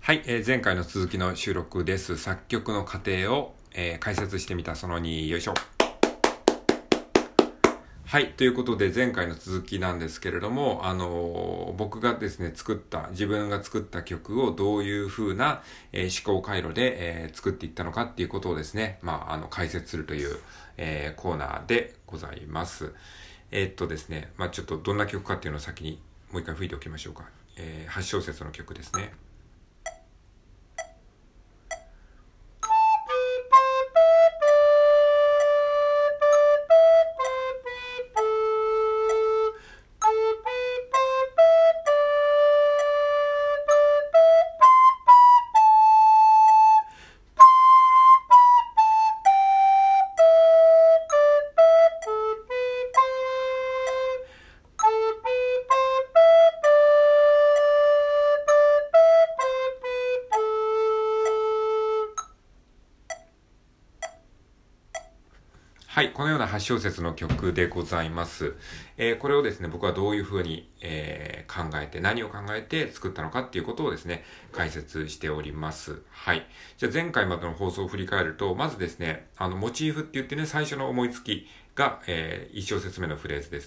はい、前回の続きの収録です。作曲の過程を、解説してみたその2、よいしょ。はい、ということで前回の続きなんですけれども、僕がですね、自分が作った曲をどういう風な、思考回路で、作っていったのかっていうことをですね、解説するという、コーナーでございます。ですね、ちょっとどんな曲かっていうのを先にもう一回吹いておきましょうか。8小節の曲ですね。はい、このような8小節の曲でございます。これをですね、僕はどういうふうに、何を考えて作ったのかっていうことをですね、解説しております。はい。じゃあ前回までの放送を振り返ると、まずですね、モチーフって言ってね、最初の思いつきが、1小節目のフレーズです。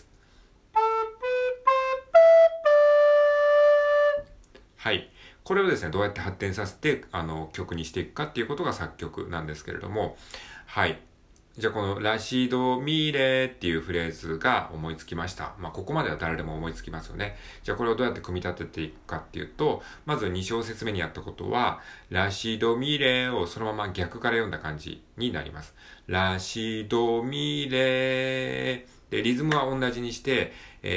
はい。これをですね、どうやって発展させて、曲にしていくかっていうことが作曲なんですけれども、はい。じゃあこのラシドミレっていうフレーズが思いつきました。ここまでは誰でも思いつきますよね。じゃあこれをどうやって組み立てていくかっていうと、まず2小節目にやったことは、ラシドミレをそのまま逆から読んだ感じになります。ラシドミレで、リズムは同じにして、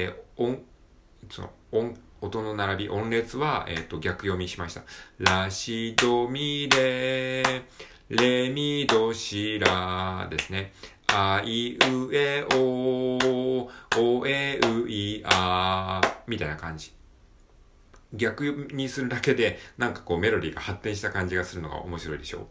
音の並び、音列は、逆読みしました。ラシドミレレミドシラですね。あいうえおえういあみたいな感じ。逆にするだけでなんかこうメロディーが発展した感じがするのが面白いでしょう。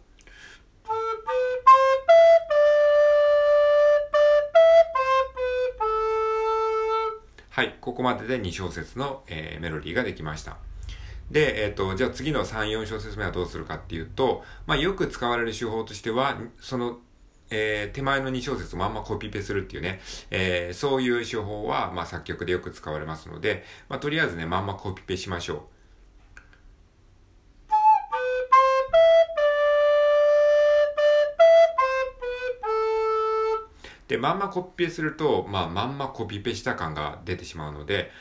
はい、ここまでで2小節の、メロディーができました。で、じゃあ次の3、4小節目はどうするかっていうと、よく使われる手法としては、その、手前の2小節をまんまコピペするっていうね、そういう手法は、作曲でよく使われますので、とりあえずね、まんまコピペしましょう。で、まんまコピペすると、まんまコピペした感が出てしまうので、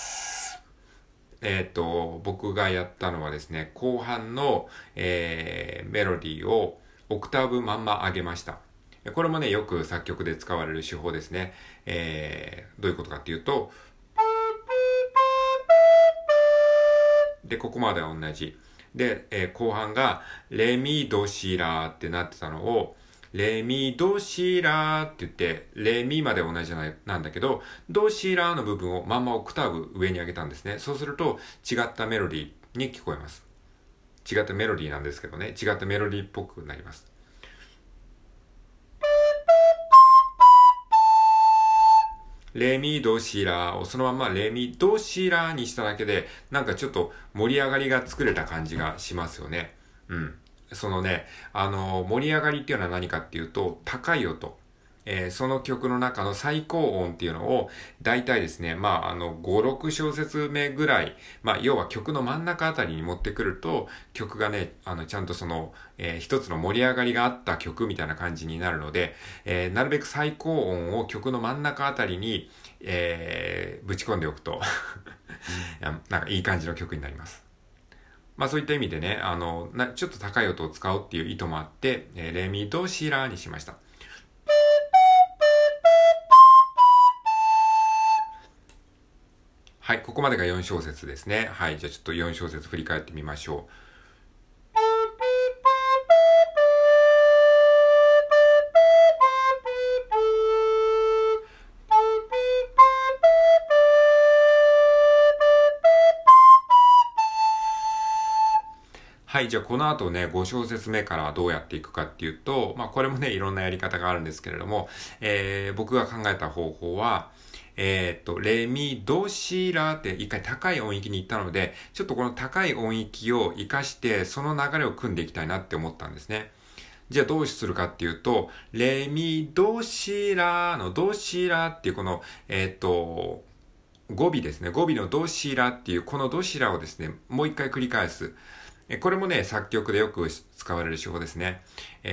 僕がやったのはですね、後半の、メロディーをオクターブまんま上げました。これもね、よく作曲で使われる手法ですね。どういうことかっていうと、で、ここまでは同じ。で、後半が、レミドシラーってなってたのを、レミドシラーって言って、レミまで同じなんだけど、ドシラーの部分をまんまオクターブ上に上げたんですね。そうすると違ったメロディーに聞こえます。違ったメロディーなんですけどね、違ったメロディーっぽくなります。レミドシラーをそのままレミドシラーにしただけで、なんかちょっと盛り上がりが作れた感じがしますよね。うん。そのね、盛り上がりっていうのは何かっていうと、高い音。その曲の中の最高音っていうのを、大体ですね、5、6小節目ぐらい、要は曲の真ん中あたりに持ってくると、曲がね、ちゃんとその、一つの盛り上がりがあった曲みたいな感じになるので、なるべく最高音を曲の真ん中あたりに、ぶち込んでおくとなんかいい感じの曲になります。そういった意味でね、ちょっと高い音を使うっていう意図もあって、レミドシラーにしました。はい、ここまでが4小節ですね。はい、じゃあちょっと4小節振り返ってみましょう。はい。じゃあ、この後ね、5小節目からどうやっていくかっていうと、これもね、いろんなやり方があるんですけれども、僕が考えた方法は、 レミドシラって一回高い音域に行ったので、ちょっとこの高い音域を活かして、その流れを組んでいきたいなって思ったんですね。じゃあどうするかっていうと、レミドシラのドシラっていうこの、語尾ですね。語尾のドシラっていうこのドシラをですね、もう一回繰り返す。これもね、作曲でよく使われる手法ですね。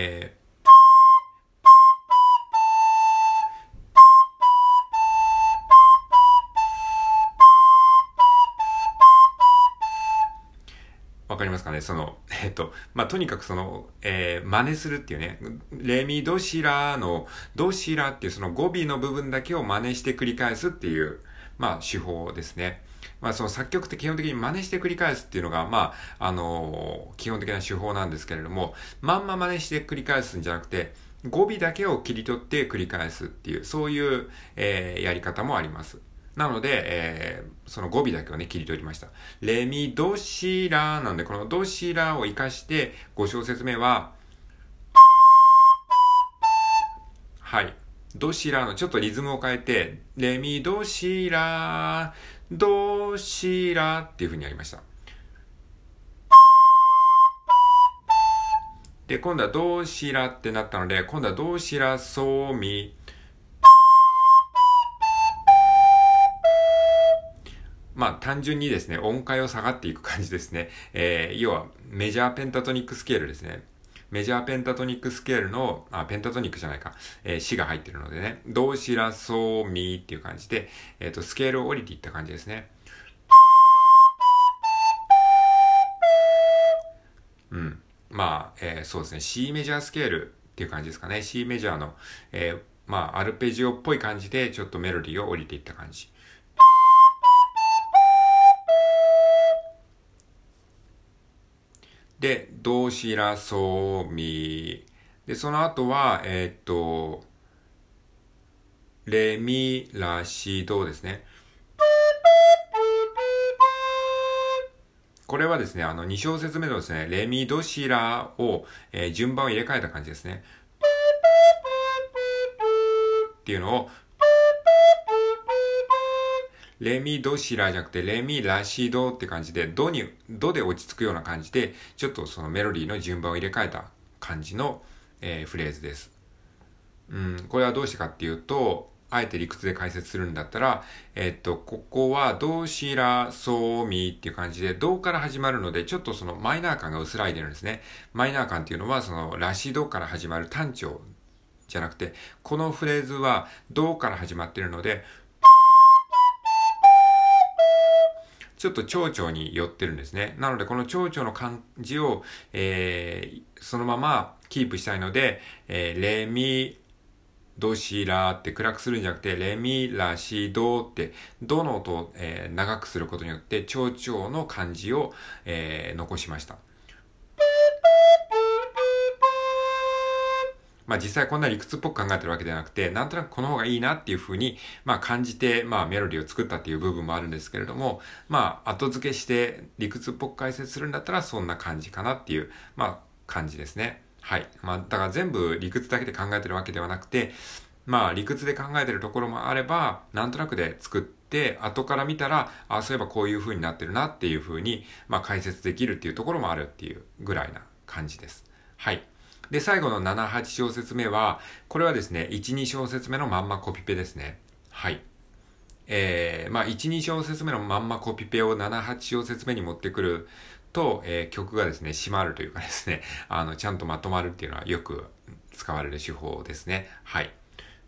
わかりますかね。とにかく真似するっていうね、レミドシラのドシラっていうその語尾の部分だけを真似して繰り返すっていう、手法ですね。その作曲って基本的に真似して繰り返すっていうのが、基本的な手法なんですけれども、まんま真似して繰り返すんじゃなくて、語尾だけを切り取って繰り返すっていう、そういう、やり方もあります。なので、その語尾だけをね、切り取りました。レミドシラなんで、このドシラを活かして、5小節目は、はい。ドシラのちょっとリズムを変えて、レミドシラ、ドシラっていう風にやりました。で、今度はドシラってなったので、今度はドシラソミ。単純にですね、音階を下がっていく感じですね。要は、メジャーペンタトニックスケールですね。メジャーペンタトニックスケールの、ペンタトニックじゃないか、シが入ってるのでね、ドシラソミっていう感じで、スケールを降りていった感じですね。そうですね、C メジャースケールっていう感じですかね。C メジャーの、アルペジオっぽい感じで、ちょっとメロディーを降りていった感じ。で、ドシラソミ。で、その後は、レミラシドですね。これはですね、2小節目のですね、レミドシラを、順番を入れ替えた感じですね。っていうのを、レミドシラじゃなくて、レミラシドって感じで、ドで落ち着くような感じで、ちょっとそのメロディーの順番を入れ替えた感じの、フレーズです。これはどうしてかっていうと、あえて理屈で解説するんだったら、ここはドシラソミっていう感じで、ドから始まるので、ちょっとそのマイナー感が薄らいでるんですね。マイナー感っていうのは、そのラシドから始まる単調じゃなくて、このフレーズはドから始まっているので、ちょっと長調に寄ってるんですね。なので、この長調の感じを、そのままキープしたいので、レミ、ドシラって暗くするんじゃなくて、レミ、ラシ、ドって、ドの音を、長くすることによって、長調の感じを、残しました。実際こんな理屈っぽく考えてるわけではなくて、なんとなくこの方がいいなっていう風に、感じて、メロディーを作ったっていう部分もあるんですけれども、後付けして理屈っぽく解説するんだったらそんな感じかなっていう、感じですね。はい。だから全部理屈だけで考えてるわけではなくて、理屈で考えてるところもあれば、なんとなくで作って、後から見たら、そういえばこういう風になってるなっていう風に、解説できるっていうところもあるっていうぐらいな感じです。はい。で、最後の7、8小節目は、これはですね、1、2小節目のまんまコピペですね。はい。1、2小節目のまんまコピペを7、8小節目に持ってくると、曲がですね、締まるというかですね、ちゃんとまとまるっていうのはよく使われる手法ですね。はい。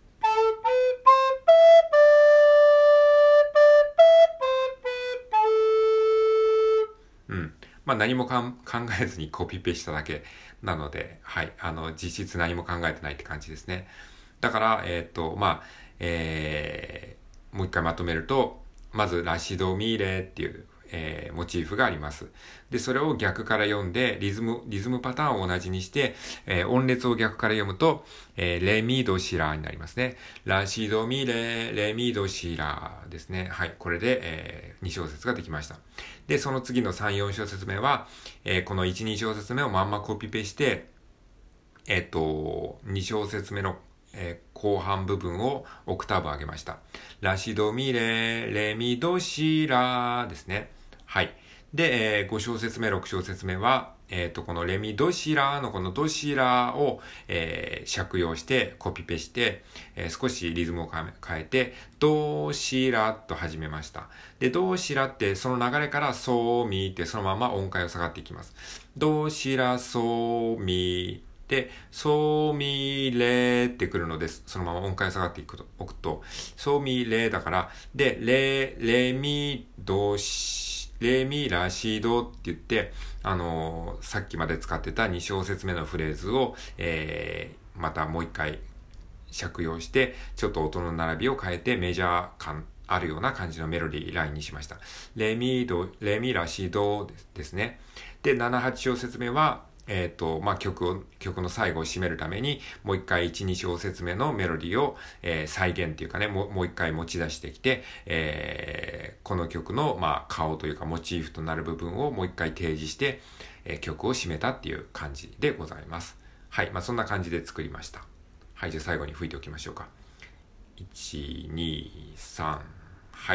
何も考えずにコピペしただけなので、はい、実質何も考えてないって感じですね。だから、もう一回まとめると、まず、ラシドミーレっていう、モチーフがあります。で、それを逆から読んで、リズムパターンを同じにして、音列を逆から読むと、レミドシラになりますね。ラシドミレ、レミドシラですね。はい。これで、2小節ができました。で、その次の3、4小節目は、この1、2小節目をまんまコピペして、2小節目の後半部分をオクターブ上げました。ラシドミレ、レミドシラですね。はい。で、5小節目、6小節目は、このレミドシラのこのドシラを、借用して、コピペして、少しリズムを変えて、ドシラと始めました。で、ドシラってその流れからソミってそのまま音階を下がっていきます。ドシラソミで、ソミレってくるのです。そのまま音階を下がっていくと、ソミレだから、で、レミドシ、レミラシドって言って、さっきまで使ってた2小節目のフレーズを、またもう一回借用して、ちょっと音の並びを変えてメジャー感あるような感じのメロディーラインにしました。レミラシドですね。で、7、8小節目は、曲の最後を締めるために、もう一回1、2小節目のメロディーを、再現っていうかね、もう一回持ち出してきて、この曲の、顔というかモチーフとなる部分をもう一回提示して、曲を締めたっていう感じでございます。はい。そんな感じで作りました。はい。じゃあ最後に吹いておきましょうか。1、2、3。はい。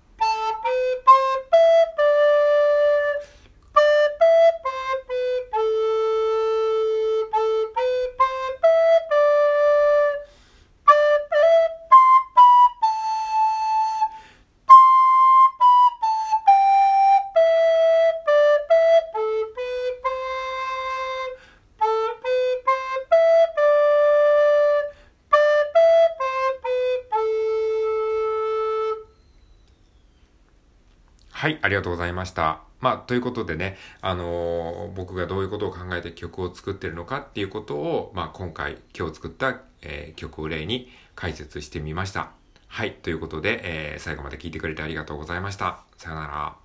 はい、ありがとうございました。ということでね、僕がどういうことを考えて曲を作ってるのかっていうことを、今日作った、曲を例に解説してみました。はい、ということで、最後まで聞いてくれてありがとうございました。さよなら。